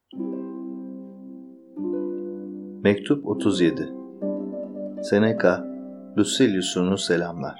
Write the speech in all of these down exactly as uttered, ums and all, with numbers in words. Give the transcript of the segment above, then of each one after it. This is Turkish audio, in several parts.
Mektup otuz yedi. Seneca, Lucilius'unu selamlar.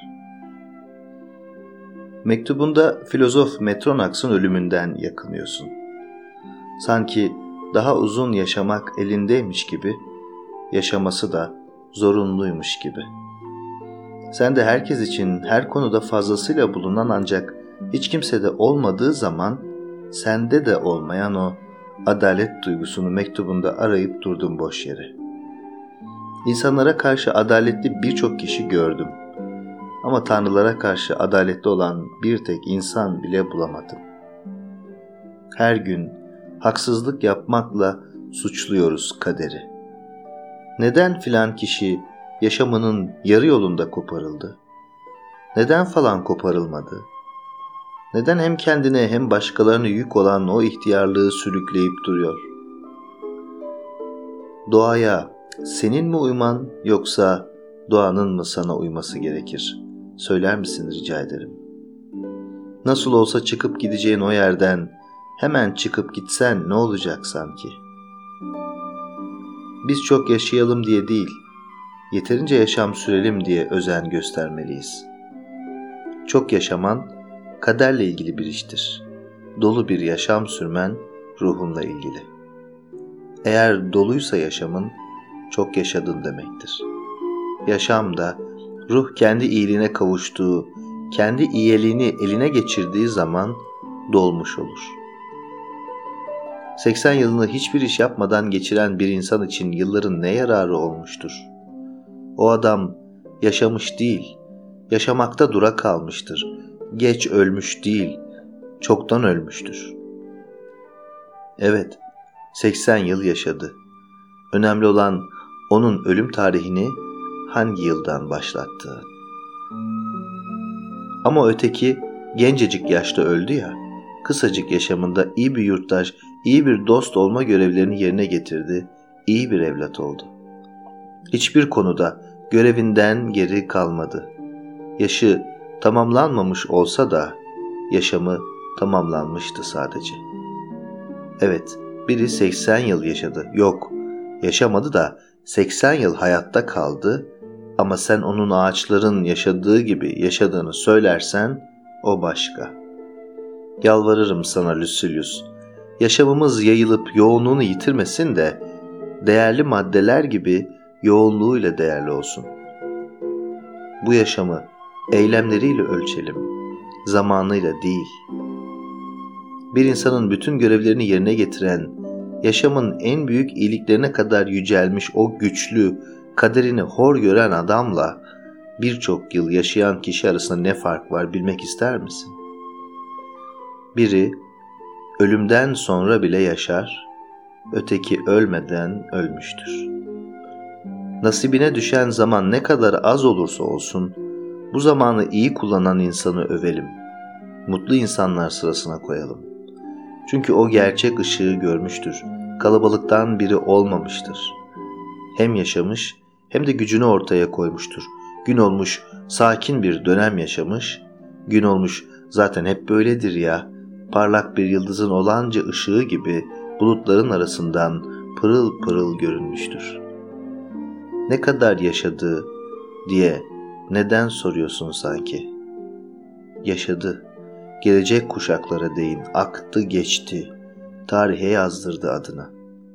Mektubunda filozof Metronax'ın ölümünden yakınıyorsun. Sanki daha uzun yaşamak elindeymiş gibi, yaşaması da zorunluymuş gibi. Sen de herkes için her konuda fazlasıyla bulunan ancak hiç kimsede olmadığı zaman sende de olmayan o adalet duygusunu mektubunda arayıp durdum boş yere. İnsanlara karşı adaletli birçok kişi gördüm. Ama tanrılara karşı adaletli olan bir tek insan bile bulamadım. Her gün haksızlık yapmakla suçluyoruz kaderi. Neden filan kişi yaşamının yarı yolunda koparıldı? Neden falan koparılmadı? Neden hem kendine hem başkalarına yük olan o ihtiyarlığı sürükleyip duruyor? Doğaya senin mi uyman yoksa doğanın mı sana uyması gerekir? Söyler misin rica ederim. Nasıl olsa çıkıp gideceğin o yerden hemen çıkıp gitsen ne olacak sanki? Biz çok yaşayalım diye değil, yeterince yaşam sürelim diye özen göstermeliyiz. Çok yaşaman kaderle ilgili bir iştir. Dolu bir yaşam sürmen ruhunla ilgili. Eğer doluysa yaşamın, çok yaşadın demektir. Yaşam da ruh kendi iyiliğine kavuştuğu, kendi iyiliğini eline geçirdiği zaman dolmuş olur. seksen yılını hiçbir iş yapmadan geçiren bir insan için yılların ne yararı olmuştur? O adam yaşamış değil, yaşamakta dura kalmıştır. Geç ölmüş değil, çoktan ölmüştür. Evet, seksen yıl yaşadı. Önemli olan onun ölüm tarihini hangi yıldan başlattığı. Ama öteki gencecik yaşta öldü ya, kısacık yaşamında iyi bir yurttaş, iyi bir dost olma görevlerini yerine getirdi, iyi bir evlat oldu. Hiçbir konuda görevinden geri kalmadı. Yaşı tamamlanmamış olsa da yaşamı tamamlanmıştı sadece. Evet, biri seksen yıl yaşadı. Yok, yaşamadı da seksen yıl hayatta kaldı ama sen onun ağaçların yaşadığı gibi yaşadığını söylersen o başka. Yalvarırım sana Lucilius, yaşamımız yayılıp yoğunluğunu yitirmesin de değerli maddeler gibi yoğunluğuyla değerli olsun. Bu yaşamı eylemleriyle ölçelim, zamanıyla değil. Bir insanın bütün görevlerini yerine getiren, yaşamın en büyük iyiliklerine kadar yücelmiş o güçlü, kaderini hor gören adamla birçok yıl yaşayan kişi arasında ne fark var bilmek ister misin? Biri ölümden sonra bile yaşar, öteki ölmeden ölmüştür. Nasibine düşen zaman ne kadar az olursa olsun, bu zamanı iyi kullanan insanı övelim. Mutlu insanlar sırasına koyalım. Çünkü o gerçek ışığı görmüştür. Kalabalıktan biri olmamıştır. Hem yaşamış hem de gücünü ortaya koymuştur. Gün olmuş sakin bir dönem yaşamış. Gün olmuş zaten hep böyledir ya. Parlak bir yıldızın olanca ışığı gibi bulutların arasından pırıl pırıl görünmüştür. Ne kadar yaşadı diye neden soruyorsun sanki? Yaşadı. Gelecek kuşaklara değin, aktı geçti, tarihe yazdırdı adını.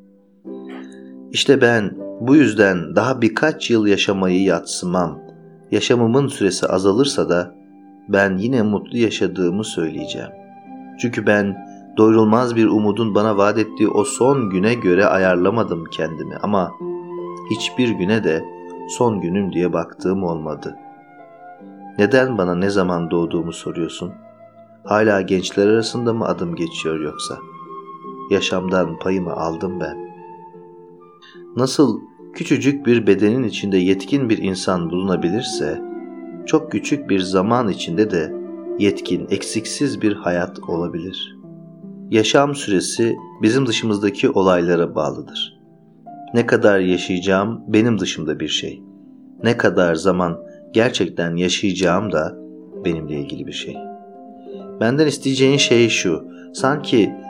İşte ben bu yüzden daha birkaç yıl yaşamayı yadsımam. Yaşamımın süresi azalırsa da ben yine mutlu yaşadığımı söyleyeceğim. Çünkü ben doyurulmaz bir umudun bana vaat ettiği o son güne göre ayarlamadım kendimi ama hiçbir güne de son günüm diye baktığım olmadı. Neden bana ne zaman doğduğumu soruyorsun? Hala gençler arasında mı adım geçiyor yoksa? Yaşamdan payımı aldım ben. Nasıl küçücük bir bedenin içinde yetkin bir insan bulunabilirse, çok küçük bir zaman içinde de yetkin, eksiksiz bir hayat olabilir. Yaşam süresi bizim dışımızdaki olaylara bağlıdır. Ne kadar yaşayacağım benim dışımda bir şey. Ne kadar zaman gerçekten yaşayacağım da benimle ilgili bir şey. Benden isteyeceğin şey şu, sanki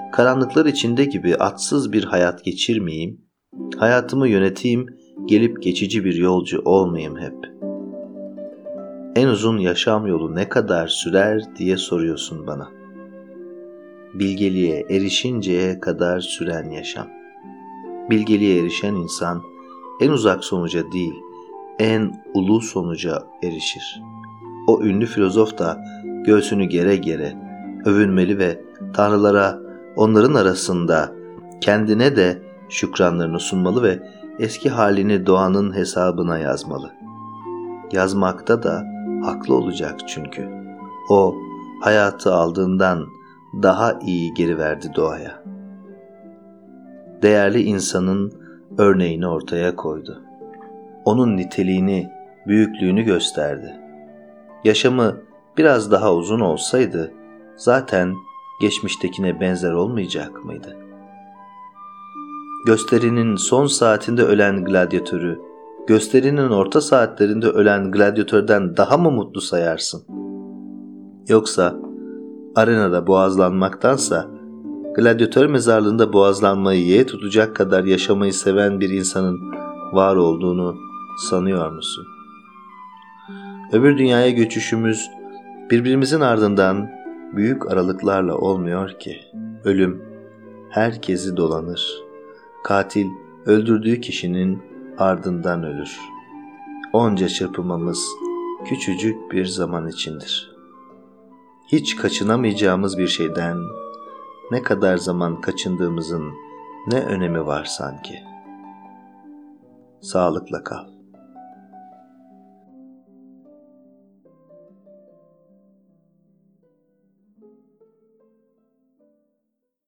Karanlıklar içinde gibi atsız bir hayat geçirmeyeyim, hayatımı yöneteyim, gelip geçici bir yolcu olmayayım hep. En uzun yaşam yolu ne kadar sürer diye soruyorsun bana. Bilgeliğe erişinceye kadar süren yaşam. Bilgeliğe erişen insan en uzak sonuca değil, en ulu sonuca erişir. O ünlü filozof da göğsünü gere gere övünmeli ve tanrılara onların arasında kendine de şükranlarını sunmalı ve eski halini doğanın hesabına yazmalı. Yazmakta da haklı olacak çünkü. O hayatı aldığından daha iyi geri verdi doğaya. Değerli insanın örneğini ortaya koydu. Onun niteliğini, büyüklüğünü gösterdi. Yaşamı biraz daha uzun olsaydı zaten geçmiştekine benzer olmayacak mıydı? Gösterinin son saatinde ölen gladyatörü, gösterinin orta saatlerinde ölen gladyatörden daha mı mutlu sayarsın? Yoksa arenada boğazlanmaktansa gladyatör mezarlığında boğazlanmayı yeğe tutacak kadar yaşamayı seven bir insanın var olduğunu sanıyor musun? Öbür dünyaya göçüşümüz birbirimizin ardından büyük aralıklarla olmuyor ki. Ölüm herkesi dolanır. Katil öldürdüğü kişinin ardından ölür. Onca çırpınmamız küçücük bir zaman içindir. Hiç kaçınamayacağımız bir şeyden ne kadar zaman kaçındığımızın ne önemi var sanki? Sağlıkla kal.